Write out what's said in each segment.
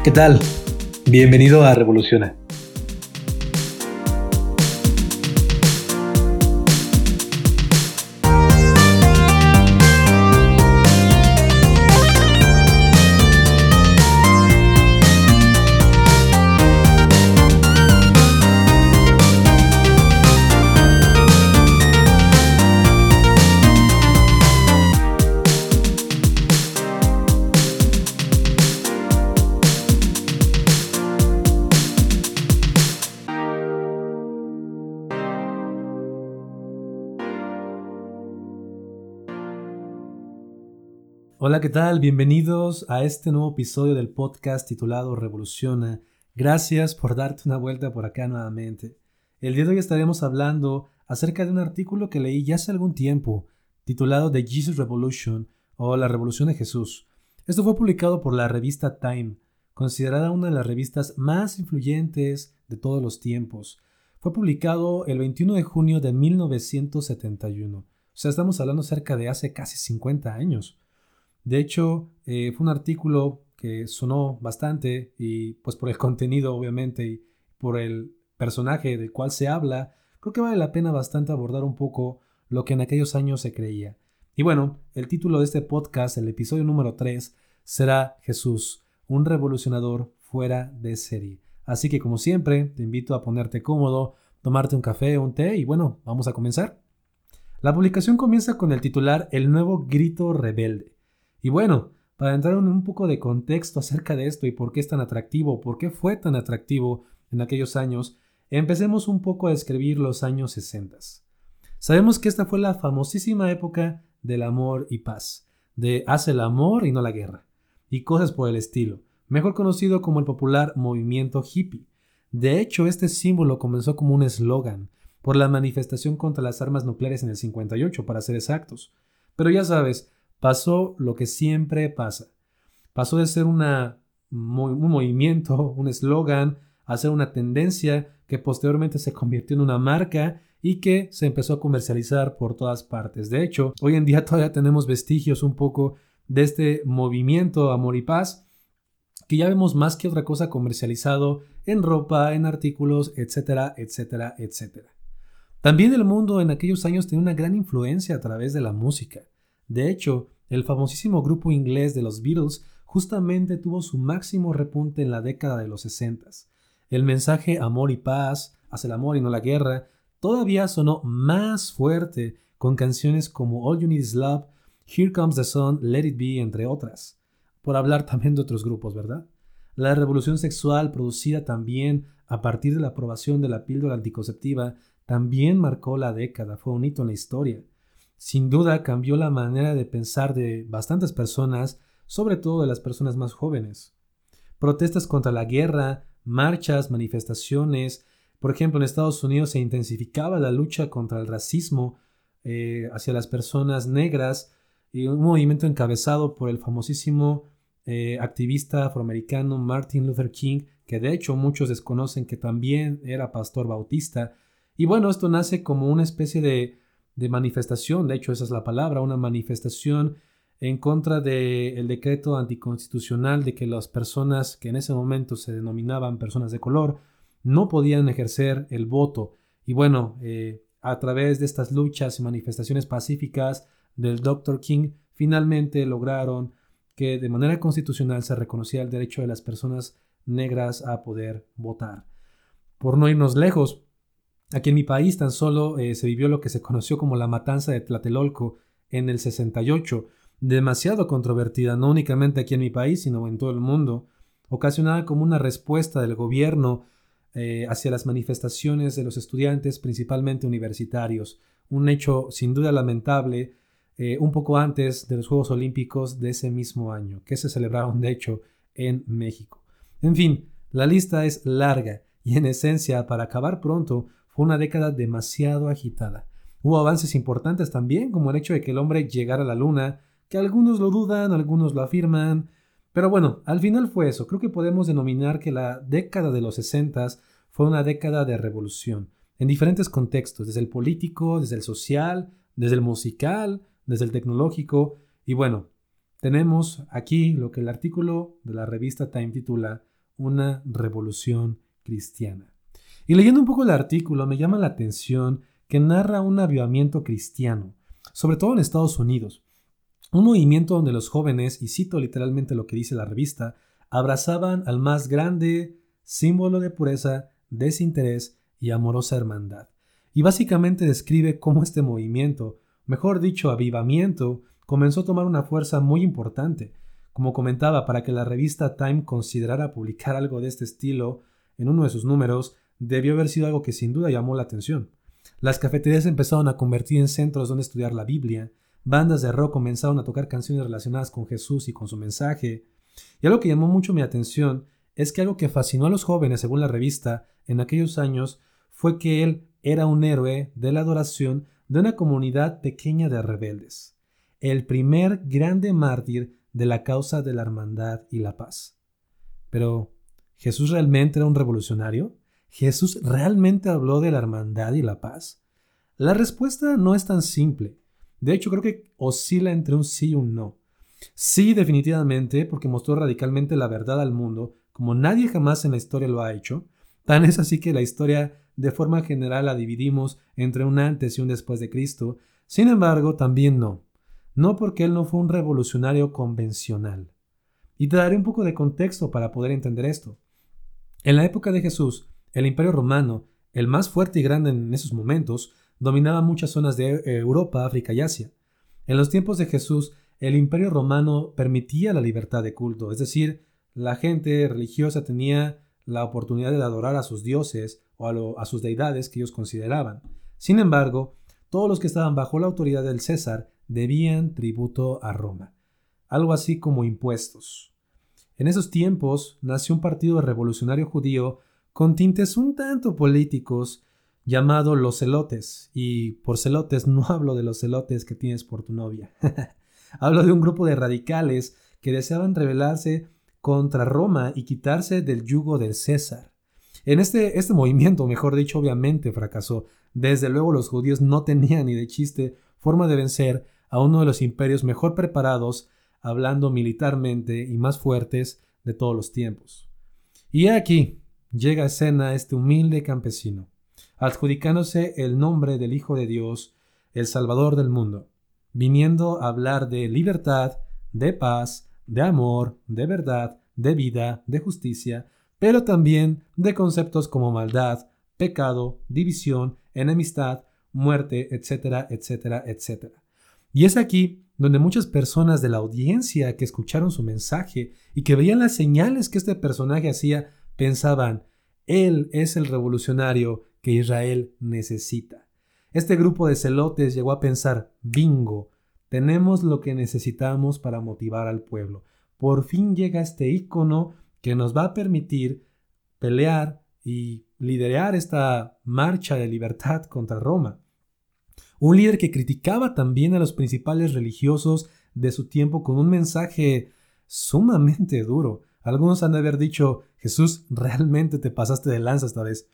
¿Qué tal? Bienvenido a Revoluciona. Hola, ¿qué tal? Bienvenidos a este nuevo episodio del podcast titulado Revoluciona. Gracias por darte una vuelta por acá nuevamente. El día de hoy estaremos hablando acerca de un artículo que leí ya hace algún tiempo, titulado The Jesus Revolution o La Revolución de Jesús. Esto fue publicado por la revista Time, considerada una de las revistas más influyentes de todos los tiempos. Fue publicado el 21 de junio de 1971. O sea, estamos hablando cerca de hace casi 50 años. De hecho, fue un artículo que sonó bastante y pues por el contenido obviamente y por el personaje del cual se habla, creo que vale la pena bastante abordar un poco lo que en aquellos años se creía. Y bueno, el título de este podcast, el episodio número 3, será Jesús, un revolucionador fuera de serie. Así que como siempre, te invito a ponerte cómodo, tomarte un café o un té y bueno, vamos a comenzar. La publicación comienza con el titular El nuevo grito rebelde. Y bueno, para entrar en un poco de contexto acerca de esto y por qué es tan atractivo, por qué fue tan atractivo en aquellos años, empecemos un poco a describir los años 60. Sabemos que esta fue la famosísima época del amor y paz, de haz el amor y no la guerra, y cosas por el estilo, mejor conocido como el popular movimiento hippie. De hecho, este símbolo comenzó como un eslogan, por la manifestación contra las armas nucleares en el 58, para ser exactos. Pero ya sabes, pasó lo que siempre pasa. Pasó de ser un movimiento, un eslogan, a ser una tendencia que posteriormente se convirtió en una marca y que se empezó a comercializar por todas partes. De hecho, hoy en día todavía tenemos vestigios un poco de este movimiento Amor y Paz, que ya vemos más que otra cosa comercializado en ropa, en artículos, etcétera, etcétera, etcétera. También el mundo en aquellos años tenía una gran influencia a través de la música. De hecho, el famosísimo grupo inglés de los Beatles justamente tuvo su máximo repunte en la década de los 60. El mensaje amor y paz, haz el amor y no la guerra, todavía sonó más fuerte con canciones como All You Need Is Love, Here Comes the Sun, Let It Be, entre otras. Por hablar también de otros grupos, ¿verdad? La revolución sexual producida también a partir de la aprobación de la píldora anticonceptiva también marcó la década, fue un hito en la historia. Sin duda cambió la manera de pensar de bastantes personas, sobre todo de las personas más jóvenes. Protestas contra la guerra, marchas, manifestaciones. Por ejemplo, en Estados Unidos se intensificaba la lucha contra el racismo hacia las personas negras y un movimiento encabezado por el famosísimo activista afroamericano Martin Luther King, que de hecho muchos desconocen que también era pastor bautista. Y bueno, esto nace como una especie de manifestación, de hecho esa es la palabra, una manifestación en contra del decreto anticonstitucional de que las personas que en ese momento se denominaban personas de color no podían ejercer el voto. Y bueno, a través de estas luchas y manifestaciones pacíficas del Dr. King, finalmente lograron que de manera constitucional se reconociera el derecho de las personas negras a poder votar. Por no irnos lejos, aquí en mi país tan solo se vivió lo que se conoció como la matanza de Tlatelolco en el 68, demasiado controvertida, no únicamente aquí en mi país, sino en todo el mundo, ocasionada como una respuesta del gobierno hacia las manifestaciones de los estudiantes, principalmente universitarios. Un hecho sin duda lamentable, un poco antes de los Juegos Olímpicos de ese mismo año, que se celebraron de hecho en México. En fin, la lista es larga y en esencia, para acabar pronto, fue una década demasiado agitada. Hubo avances importantes también, como el hecho de que el hombre llegara a la luna, que algunos lo dudan, algunos lo afirman, pero bueno, al final fue eso. Creo que podemos denominar que la década de los 60 fue una década de revolución, en diferentes contextos, desde el político, desde el social, desde el musical, desde el tecnológico, y bueno, tenemos aquí lo que el artículo de la revista Time titula una revolución cristiana. Y leyendo un poco el artículo me llama la atención que narra un avivamiento cristiano, sobre todo en Estados Unidos. Un movimiento donde los jóvenes, y cito literalmente lo que dice la revista, abrazaban al más grande símbolo de pureza, desinterés y amorosa hermandad. Y básicamente describe cómo este movimiento, mejor dicho, avivamiento, comenzó a tomar una fuerza muy importante. Como comentaba, para que la revista Time considerara publicar algo de este estilo en uno de sus números, debió haber sido algo que sin duda llamó la atención. Las cafeterías empezaron a convertir en centros donde estudiar la Biblia, bandas de rock comenzaron a tocar canciones relacionadas con Jesús y con su mensaje. Y algo que llamó mucho mi atención es que algo que fascinó a los jóvenes, según la revista, en aquellos años, fue que él era un héroe de la adoración de una comunidad pequeña de rebeldes. El primer grande mártir de la causa de la hermandad y la paz. Pero, ¿Jesús realmente era un revolucionario? ¿Jesús realmente habló de la hermandad y la paz? La respuesta no es tan simple. De hecho, creo que oscila entre un sí y un no. Sí, definitivamente, porque mostró radicalmente la verdad al mundo, como nadie jamás en la historia lo ha hecho. Tan es así que la historia, de forma general, la dividimos entre un antes y un después de Cristo. Sin embargo, también no. No porque él no fue un revolucionario convencional. Y te daré un poco de contexto para poder entender esto. En la época de Jesús, el Imperio Romano, el más fuerte y grande en esos momentos, dominaba muchas zonas de Europa, África y Asia. En los tiempos de Jesús, el Imperio Romano permitía la libertad de culto, es decir, la gente religiosa tenía la oportunidad de adorar a sus dioses o a sus deidades que ellos consideraban. Sin embargo, todos los que estaban bajo la autoridad del César debían tributo a Roma, algo así como impuestos. En esos tiempos nació un partido revolucionario judío con tintes un tanto políticos llamado los celotes, y por celotes no hablo de los celotes que tienes por tu novia. Hablo de un grupo de radicales que deseaban rebelarse contra Roma y quitarse del yugo del César. En este movimiento, mejor dicho, obviamente fracasó. Desde luego los judíos no tenían ni de chiste forma de vencer a uno de los imperios mejor preparados, hablando militarmente y más fuertes de todos los tiempos. Y aquí llega a escena este humilde campesino, adjudicándose el nombre del Hijo de Dios, el Salvador del mundo, viniendo a hablar de libertad, de paz, de amor, de verdad, de vida, de justicia, pero también de conceptos como maldad, pecado, división, enemistad, muerte, etcétera, etcétera, etcétera. Y es aquí donde muchas personas de la audiencia que escucharon su mensaje y que veían las señales que este personaje hacía, pensaban, él es el revolucionario que Israel necesita. Este grupo de celotes llegó a pensar, bingo, tenemos lo que necesitamos para motivar al pueblo. Por fin llega este ícono que nos va a permitir pelear y liderar esta marcha de libertad contra Roma. Un líder que criticaba también a los principales religiosos de su tiempo con un mensaje sumamente duro. Algunos han de haber dicho, Jesús, realmente te pasaste de lanza esta vez.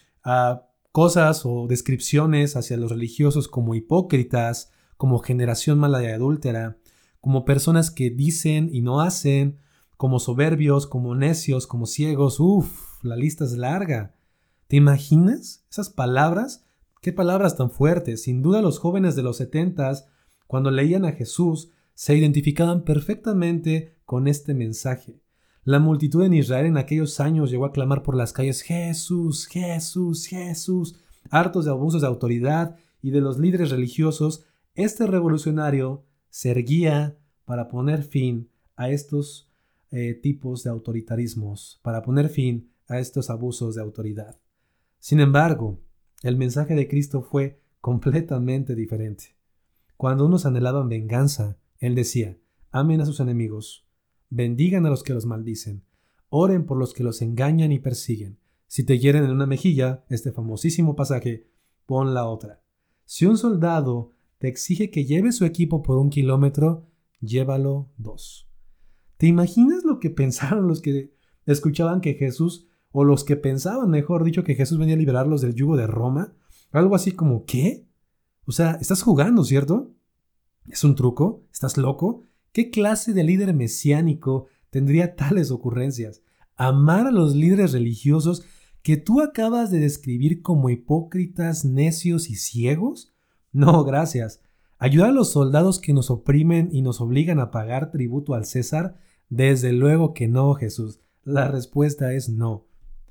Cosas o descripciones hacia los religiosos como hipócritas, como generación mala y adúltera, como personas que dicen y no hacen, como soberbios, como necios, como ciegos. La lista es larga. ¿Te imaginas esas palabras? ¡Qué palabras tan fuertes! Sin duda los jóvenes de los 70s, cuando leían a Jesús, se identificaban perfectamente con este mensaje. La multitud en Israel en aquellos años llegó a clamar por las calles, Jesús, Jesús, Jesús. Hartos de abusos de autoridad y de los líderes religiosos, este revolucionario se erguía para poner fin a estos tipos de autoritarismos, para poner fin a estos abusos de autoridad. Sin embargo, el mensaje de Cristo fue completamente diferente. Cuando unos anhelaban venganza, Él decía, amen a sus enemigos, bendigan a los que los maldicen, oren por los que los engañan y persiguen. Si te hieren en una mejilla, este famosísimo pasaje, pon la otra. Si un soldado te exige que lleve su equipo por 1 kilómetro, llévalo 2. ¿Te imaginas lo que pensaron los que escuchaban que Jesús, o los que pensaban, mejor dicho, que Jesús venía a liberarlos del yugo de Roma? Algo así como, ¿qué? O sea, estás jugando, ¿cierto? ¿Es un truco? ¿Estás loco? ¿Qué clase de líder mesiánico tendría tales ocurrencias? amar a los líderes religiosos que tú acabas de describir como hipócritas, necios y ciegos? No, gracias. ¿Ayudar a los soldados que nos oprimen y nos obligan a pagar tributo al César? Desde luego que no, Jesús. La respuesta es no.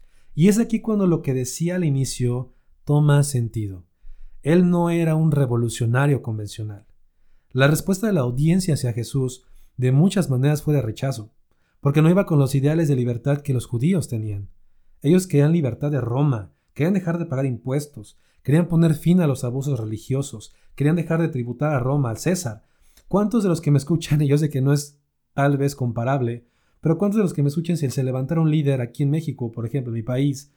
Y es aquí cuando lo que decía al inicio toma sentido. Él no era un revolucionario convencional. La respuesta de la audiencia hacia Jesús de muchas maneras fue de rechazo, porque no iba con los ideales de libertad que los judíos tenían. Ellos querían libertad de Roma, querían dejar de pagar impuestos, querían poner fin a los abusos religiosos, querían dejar de tributar a Roma, al César. ¿Cuántos de los que me escuchan, y yo sé que no es tal vez comparable, pero cuántos de los que me escuchan si se levantara un líder aquí en México, por ejemplo, en mi país,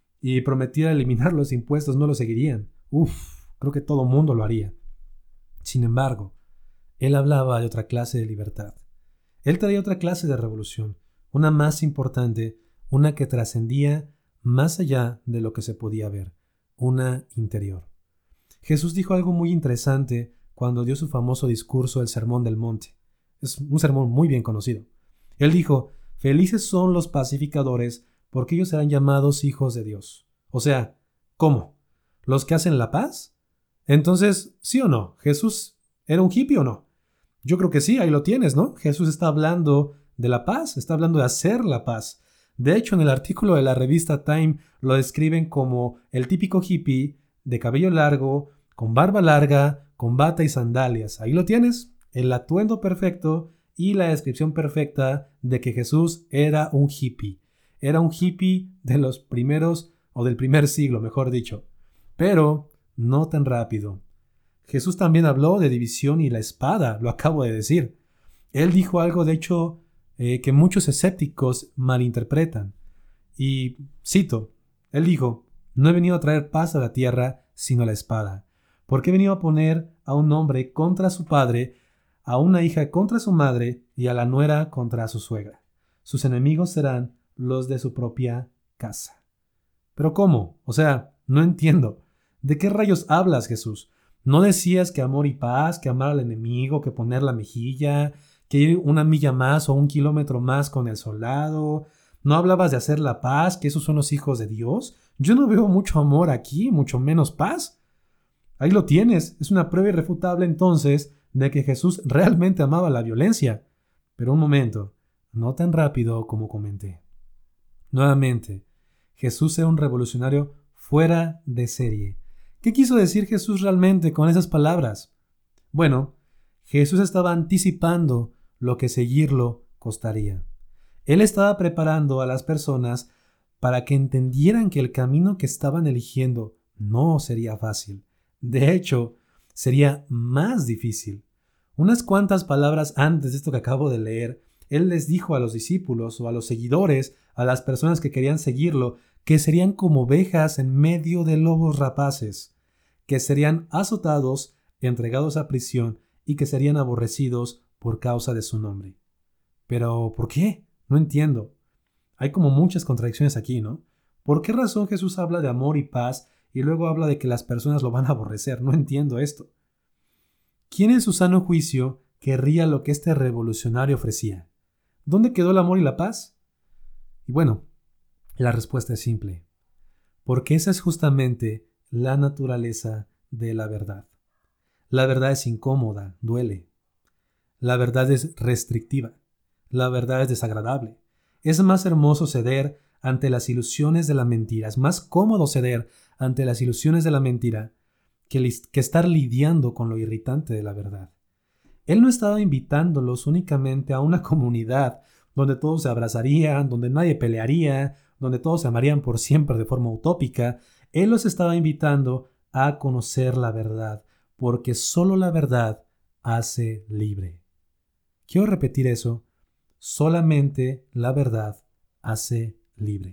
y prometiera eliminar los impuestos, no lo seguirían? Creo que todo mundo lo haría. Sin embargo, él hablaba de otra clase de libertad. Él traía otra clase de revolución, una más importante, una que trascendía más allá de lo que se podía ver, una interior. Jesús dijo algo muy interesante cuando dio su famoso discurso, el Sermón del Monte. Es un sermón muy bien conocido. Él dijo: felices son los pacificadores, porque ellos serán llamados hijos de Dios. O sea, ¿cómo? ¿Los que hacen la paz? Entonces, ¿sí o no? ¿Jesús era un hippie o no? Yo creo que sí, ahí lo tienes, ¿no? Jesús está hablando de la paz, está hablando de hacer la paz. De hecho, en el artículo de la revista Time lo describen como el típico hippie de cabello largo, con barba larga, con bata y sandalias. Ahí lo tienes, el atuendo perfecto y la descripción perfecta de que Jesús era un hippie. Era un hippie de los primeros, o del primer siglo, mejor dicho. Pero no tan rápido. Jesús también habló de división y la espada, lo acabo de decir. Él dijo algo, de hecho, que muchos escépticos malinterpretan. Y cito, él dijo: no he venido a traer paz a la tierra, sino la espada. Porque he venido a poner a un hombre contra su padre, a una hija contra su madre y a la nuera contra su suegra. Sus enemigos serán los de su propia casa. ¿Pero cómo? O sea, no entiendo. ¿De qué rayos hablas, Jesús? ¿No decías que amor y paz, que amar al enemigo, que poner la mejilla, que ir una milla más o un kilómetro más con el soldado? ¿No hablabas de hacer la paz, que esos son los hijos de Dios? Yo no veo mucho amor aquí, mucho menos paz. Ahí lo tienes, es una prueba irrefutable entonces de que Jesús realmente amaba la violencia. Pero un momento, no tan rápido como comenté. Nuevamente, Jesús era un revolucionario fuera de serie. ¿Qué quiso decir Jesús realmente con esas palabras? Bueno, Jesús estaba anticipando lo que seguirlo costaría. Él estaba preparando a las personas para que entendieran que el camino que estaban eligiendo no sería fácil. De hecho, sería más difícil. Unas cuantas palabras antes de esto que acabo de leer, Él les dijo a los discípulos o a los seguidores, a las personas que querían seguirlo, que serían como ovejas en medio de lobos rapaces, que serían azotados, entregados a prisión y que serían aborrecidos por causa de su nombre. Pero, ¿por qué? No entiendo. Hay como muchas contradicciones aquí, ¿no? ¿Por qué razón Jesús habla de amor y paz y luego habla de que las personas lo van a aborrecer? No entiendo esto. ¿Quién en su sano juicio querría lo que este revolucionario ofrecía? ¿Dónde quedó el amor y la paz? Y bueno, la respuesta es simple. Porque esa es justamente la naturaleza de la verdad. La verdad es incómoda, duele. La verdad es restrictiva. La verdad es desagradable. Es más hermoso ceder ante las ilusiones de la mentira. Es más cómodo ceder ante las ilusiones de la mentira que estar lidiando con lo irritante de la verdad. Él no estaba invitándolos únicamente a una comunidad donde todos se abrazarían, donde nadie pelearía, donde todos se amarían por siempre de forma utópica. Él los estaba invitando a conocer la verdad, porque solo la verdad hace libre. Quiero repetir eso. Solamente la verdad hace libre.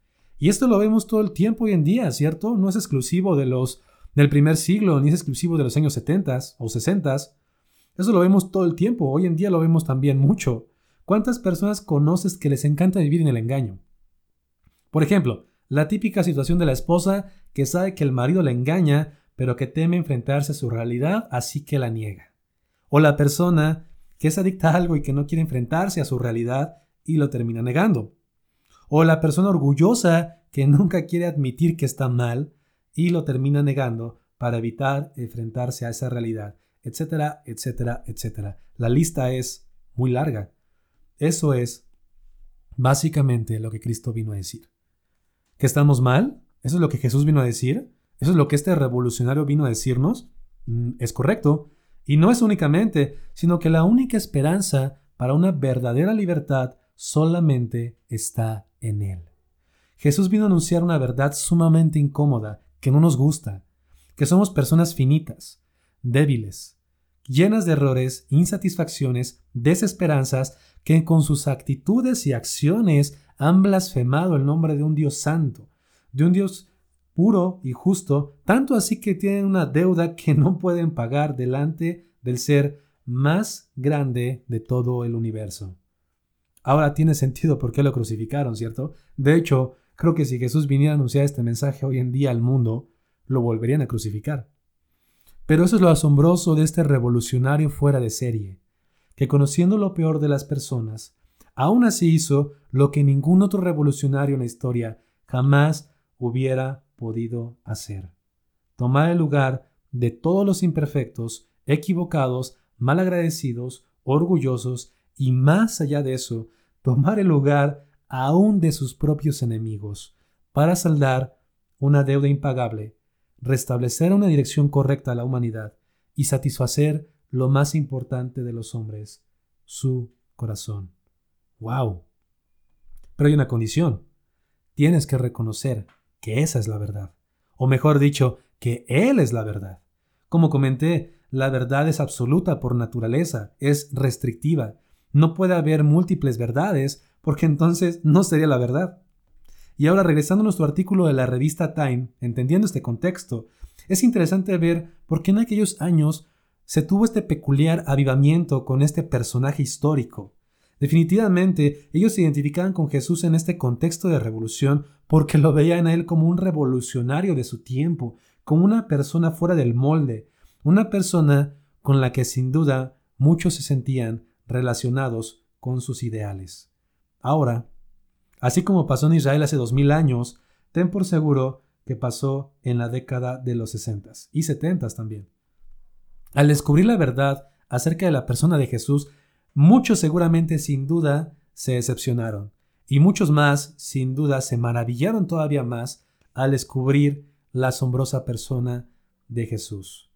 Y esto lo vemos todo el tiempo hoy en día, ¿cierto? No es exclusivo del primer siglo, ni es exclusivo de los años 70 o 60. Eso lo vemos todo el tiempo. Hoy en día lo vemos también mucho. ¿Cuántas personas conoces que les encanta vivir en el engaño? Por ejemplo, la típica situación de la esposa que sabe que el marido la engaña, pero que teme enfrentarse a su realidad, así que la niega. O la persona que es adicta a algo y que no quiere enfrentarse a su realidad y lo termina negando. O la persona orgullosa que nunca quiere admitir que está mal y lo termina negando para evitar enfrentarse a esa realidad, etcétera, etcétera, etcétera. La lista es muy larga. Eso es básicamente lo que Cristo vino a decir. ¿Que estamos mal? ¿Eso es lo que Jesús vino a decir? ¿Eso es lo que este revolucionario vino a decirnos? Es correcto. Y no es únicamente, sino que la única esperanza para una verdadera libertad solamente está en Él. Jesús vino a anunciar una verdad sumamente incómoda, que no nos gusta, que somos personas finitas, débiles, llenas de errores, insatisfacciones, desesperanzas, que con sus actitudes y acciones han blasfemado el nombre de un Dios santo, de un Dios puro y justo, tanto así que tienen una deuda que no pueden pagar delante del ser más grande de todo el universo. Ahora tiene sentido por qué lo crucificaron, ¿cierto? De hecho, creo que si Jesús viniera a anunciar este mensaje hoy en día al mundo, lo volverían a crucificar. Pero eso es lo asombroso de este revolucionario fuera de serie, que conociendo lo peor de las personas, aún así hizo lo que ningún otro revolucionario en la historia jamás hubiera podido hacer. Tomar el lugar de todos los imperfectos, equivocados, malagradecidos, orgullosos y más allá de eso, tomar el lugar aún de sus propios enemigos para saldar una deuda impagable, restablecer una dirección correcta a la humanidad y satisfacer lo más importante de los hombres, su corazón. ¡Wow! Pero hay una condición. Tienes que reconocer que esa es la verdad. O mejor dicho, que Él es la verdad. Como comenté, la verdad es absoluta por naturaleza, es restrictiva. No puede haber múltiples verdades porque entonces no sería la verdad. Y ahora, regresando a nuestro artículo de la revista Time, entendiendo este contexto, es interesante ver por qué en aquellos años se tuvo este peculiar avivamiento con este personaje histórico. Definitivamente, ellos se identificaban con Jesús en este contexto de revolución porque lo veían a él como un revolucionario de su tiempo, como una persona fuera del molde, una persona con la que sin duda muchos se sentían relacionados con sus ideales. Ahora, así como pasó en Israel hace 2000 años, ten por seguro que pasó en la década de los 60s y 70s también. Al descubrir la verdad acerca de la persona de Jesús, muchos seguramente sin duda se decepcionaron y muchos más sin duda se maravillaron todavía más al descubrir la asombrosa persona de Jesús.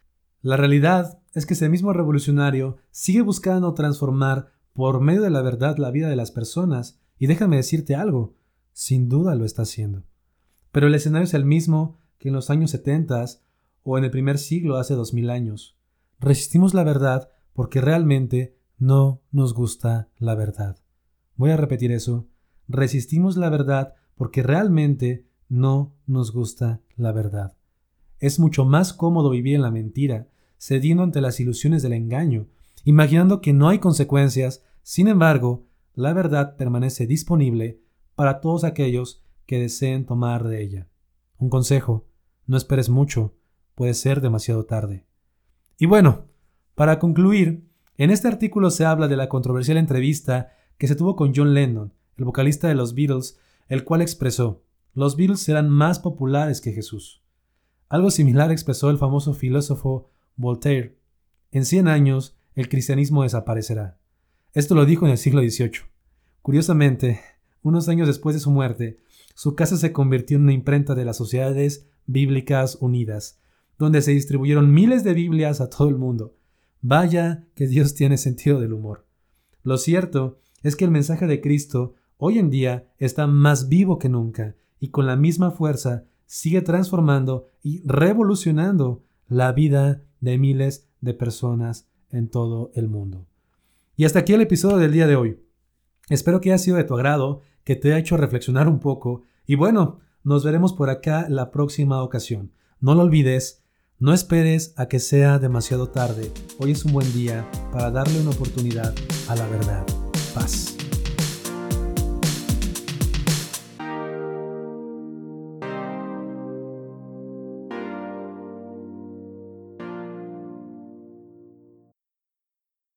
La realidad es que ese mismo revolucionario sigue buscando transformar por medio de la verdad la vida de las personas y déjame decirte algo, sin duda lo está haciendo. Pero el escenario es el mismo que en los años 70 o en el primer siglo hace 2000 años. Resistimos la verdad porque realmente no nos gusta la verdad. Voy a repetir eso. Resistimos la verdad porque realmente no nos gusta la verdad. Es mucho más cómodo vivir en la mentira, cediendo ante las ilusiones del engaño, imaginando que no hay consecuencias. Sin embargo, la verdad permanece disponible para todos aquellos que deseen tomar de ella. Un consejo: no esperes mucho, puede ser demasiado tarde. Y bueno, para concluir, en este artículo se habla de la controversial entrevista que se tuvo con John Lennon, el vocalista de los Beatles, el cual expresó: los Beatles serán más populares que Jesús. Algo similar expresó el famoso filósofo Voltaire: en 100 años el cristianismo desaparecerá. Esto lo dijo en el siglo XVIII. Curiosamente, unos años después de su muerte, su casa se convirtió en una imprenta de las Sociedades Bíblicas Unidas, donde se distribuyeron miles de Biblias a todo el mundo. Vaya que Dios tiene sentido del humor. Lo cierto es que el mensaje de Cristo hoy en día está más vivo que nunca y con la misma fuerza sigue transformando y revolucionando la vida de miles de personas en todo el mundo. Y hasta aquí el episodio del día de hoy. Espero que haya sido de tu agrado, que te haya hecho reflexionar un poco y bueno, nos veremos por acá la próxima ocasión. No lo olvides, no esperes a que sea demasiado tarde. Hoy es un buen día para darle una oportunidad a la verdad. Paz.